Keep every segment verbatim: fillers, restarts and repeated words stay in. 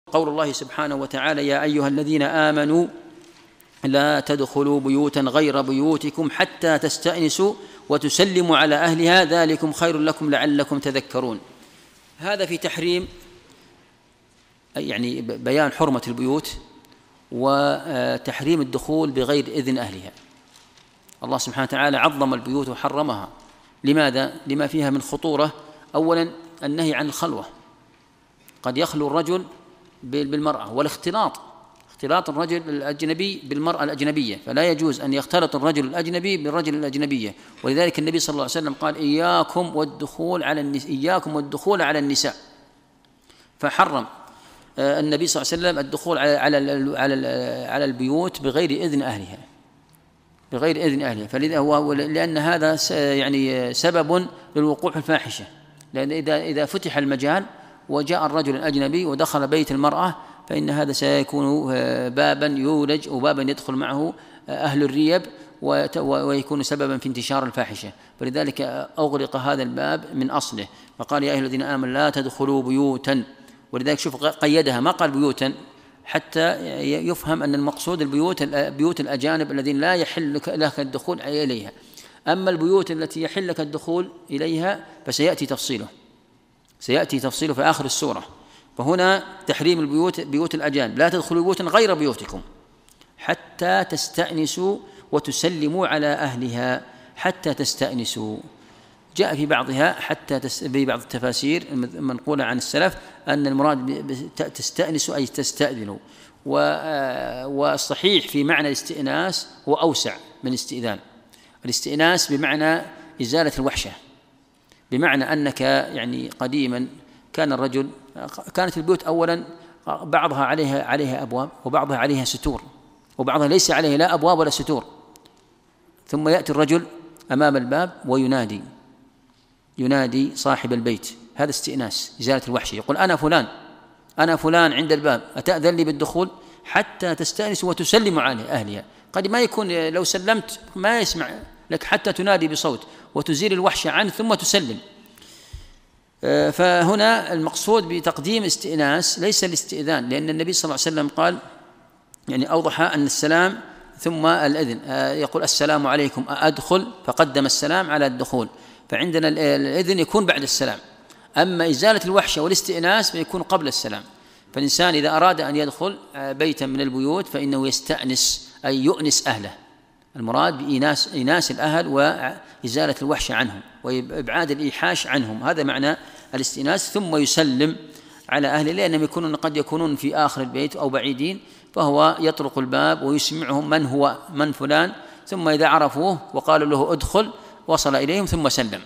قول الله سبحانه وتعالى: يا أيها الذين آمنوا لا تدخلوا بيوتا غير بيوتكم حتى تستأنسوا وتسلموا على أهلها ذلكم خير لكم لعلكم تذكرون. هذا في تحريم يعني بيان حرمة البيوت وتحريم الدخول بغير إذن أهلها. الله سبحانه وتعالى عظم البيوت وحرمها. لماذا؟ لما فيها من خطورة. أولا النهي عن الخلوة، قد يخلو الرجل بالمرأة، والاختلاط، اختلاط الرجل الأجنبي بالمرأة الأجنبية، فلا يجوز أن يختلط الرجل الأجنبي بالرجل الأجنبية. ولذلك النبي صلى الله عليه وسلم قال: إياكم والدخول على النساء إياكم والدخول على النساء فحرم النبي صلى الله عليه وسلم الدخول على على على على البيوت بغير إذن أهلها، بغير إذن أهلها. فلذا هو لأن هذا يعني سبب للوقوع في الفاحشة، لأن إذا إذا فتح المجال وجاء الرجل الأجنبي ودخل بيت المرأة فإن هذا سيكون بابا يولج وبابا يدخل معه أهل الريب ويكون سببا في انتشار الفاحشة. فلذلك أغلق هذا الباب من أصله، فقال: يا أيها الذين آمنوا لا تدخلوا بيوتا. ولذلك شوف قيدها، ما قال بيوتا، حتى يفهم أن المقصود البيوت بيوت الأجانب الذين لا يحل لك الدخول إليها. أما البيوت التي يحل لك الدخول إليها فسيأتي تفصيله سيأتي تفصيله في آخر السورة. فهنا تحريم البيوت بيوت الأجانب: لا تدخلوا بيوتا غير بيوتكم حتى تستأنسوا وتسلموا على أهلها. حتى تستأنسوا جاء في بعضها حتى تس... في بعض التفاسير المنقولة عن السلف أن المراد تستأنسوا أي تستأذنوا، و... والصحيح في معنى الاستئناس هو أوسع من الاستئذان. الاستئناس بمعنى إزالة الوحشة، بمعنى أنك يعني قديما كان الرجل كانت البيوت أولا بعضها عليها عليها أبواب وبعضها عليها ستور وبعضها ليس عليها لا أبواب ولا ستور، ثم يأتي الرجل أمام الباب وينادي ينادي صاحب البيت. هذا استئناس، إزالة الوحشة. يقول: أنا فلان أنا فلان عند الباب، أتأذن لي بالدخول؟ حتى تستأنس وتسلم على أهلها. قد ما يكون لو سلمت ما يسمع لك حتى تنادي بصوت وتزيل الوحشة عنه ثم تسلم. فهنا المقصود بتقديم استئناس ليس الاستئذان، لأن النبي صلى الله عليه وسلم قال يعني أوضح أن السلام ثم الإذن. يقول: السلام عليكم أدخل، فقدم السلام على الدخول. فعندنا الإذن يكون بعد السلام، أما إزالة الوحشة والاستئناس فيكون قبل السلام. فالإنسان إذا أراد أن يدخل بيتا من البيوت فإنه يستأنس أي يؤنس أهله. المراد بإناس إناس الأهل وإزالة الوحشة عنهم وإبعاد الإيحاش عنهم، هذا معنى الاستئناس. ثم يسلم على أهله، لأنهم يكونون قد يكونون في آخر البيت أو بعيدين، فهو يطرق الباب ويسمعهم من هو من فلان، ثم إذا عرفوه وقالوا له ادخل وصل إليهم ثم سلم.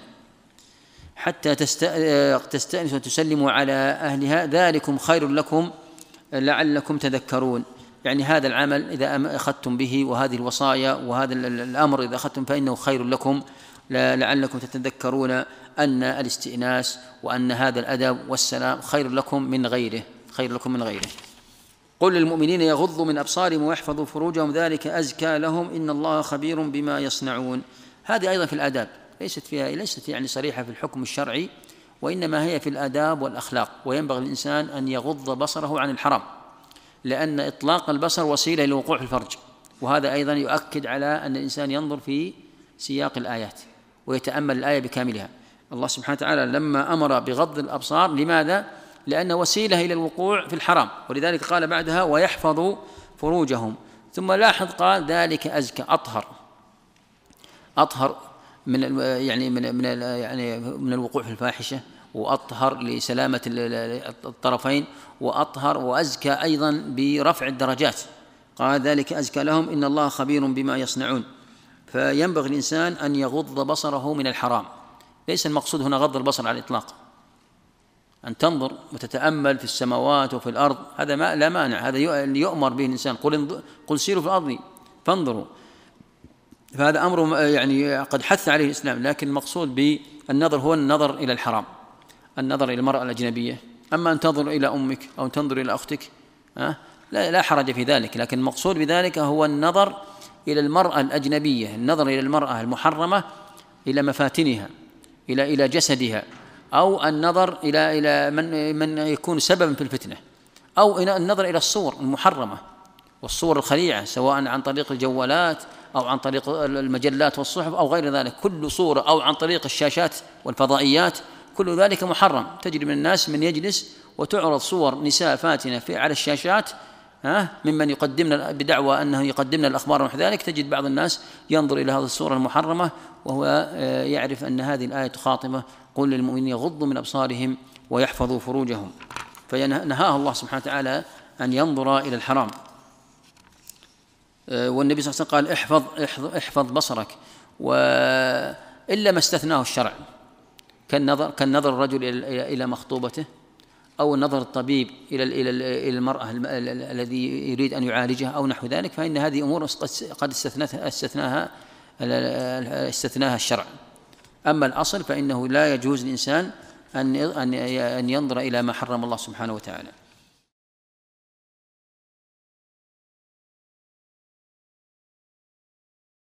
حتى تستأنس وتسلموا على أهلها ذلكم خير لكم لعلكم تذكرون. يعني هذا العمل إذا أخذتم به وهذه الوصايا وهذا الأمر إذا أخذتم فإنه خير لكم لعلكم تتذكرون أن الاستئناس وأن هذا الأدب والسلام خير لكم من غيره خير لكم من غيره. قل للمؤمنين يغضوا من أبصارهم ويحفظوا فروجهم ذلك أزكى لهم إن الله خبير بما يصنعون. هذه أيضا في الآداب، ليست فيها ليست يعني صريحة في الحكم الشرعي، وإنما هي في الآداب والأخلاق. وينبغي الإنسان أن يغض بصره عن الحرام، لأن إطلاق البصر وسيلة للوقوع في الفرج. وهذا أيضا يؤكد على أن الإنسان ينظر في سياق الآيات ويتأمل الآية بكاملها. الله سبحانه وتعالى لما أمر بغض الأبصار، لماذا؟ لأنه وسيلة إلى الوقوع في الحرام، ولذلك قال بعدها ويحفظوا فروجهم. ثم لاحظ قال ذلك أزكى، أطهر أطهر من يعني من من يعني من الوقوع في الفاحشة، وأطهر لسلامة الطرفين، وأطهر وأزكى أيضا برفع الدرجات. قال ذلك أزكى لهم إن الله خبير بما يصنعون. فينبغي الإنسان أن يغض بصره من الحرام. ليس المقصود هنا غض البصر على الإطلاق، أن تنظر وتتأمل في السماوات وفي الأرض، هذا ما لا مانع، هذا يؤمر به الإنسان. قل قل سيروا في الأرض فانظروا، فهذا أمر يعني قد حث عليه الإسلام. لكن المقصود بالنظر هو النظر إلى الحرام، النظر إلى المرأة الأجنبية. أما أن تنظر إلى أمك أو أن تنظر إلى أختك لا لا حرج في ذلك، لكن المقصود بذلك هو النظر إلى المرأة الأجنبية، النظر إلى المرأة المحرمة، إلى مفاتنها، إلى إلى جسدها، أو النظر إلى إلى من من يكون سببا في الفتنة، أو النظر إلى الصور المحرمة والصور الخليعة، سواء عن طريق الجوالات أو عن طريق المجلات والصحف أو غير ذلك، كل صورة، أو عن طريق الشاشات والفضائيات، كل ذلك محرم. تجد من الناس من يجلس وتعرض صور نساء فاتنة في على الشاشات، ها ممن يقدمنا بدعوى أنه يقدمنا الأخبار ونحو ذلك، تجد بعض الناس ينظر إلى هذه الصورة المحرمة وهو يعرف أن هذه الآية تخاطبه: قل للمؤمنين يغضوا من أبصارهم ويحفظوا فروجهم. فنهاه الله سبحانه وتعالى أن ينظر إلى الحرام. والنبي صلى الله عليه وسلم قال: احفظ احفظ بصرك، وإلا ما استثناه الشرع، كالنظر كالنظر الرجل إلى مخطوبته، أو نظر الطبيب إلى إلى المرأة الذي يريد أن يعالجها أو نحو ذلك، فإن هذه أمور قد استثناها استثناها استثناها الشرع. أما الأصل فإنه لا يجوز للإنسان أن أن ينظر إلى ما حرم الله سبحانه وتعالى.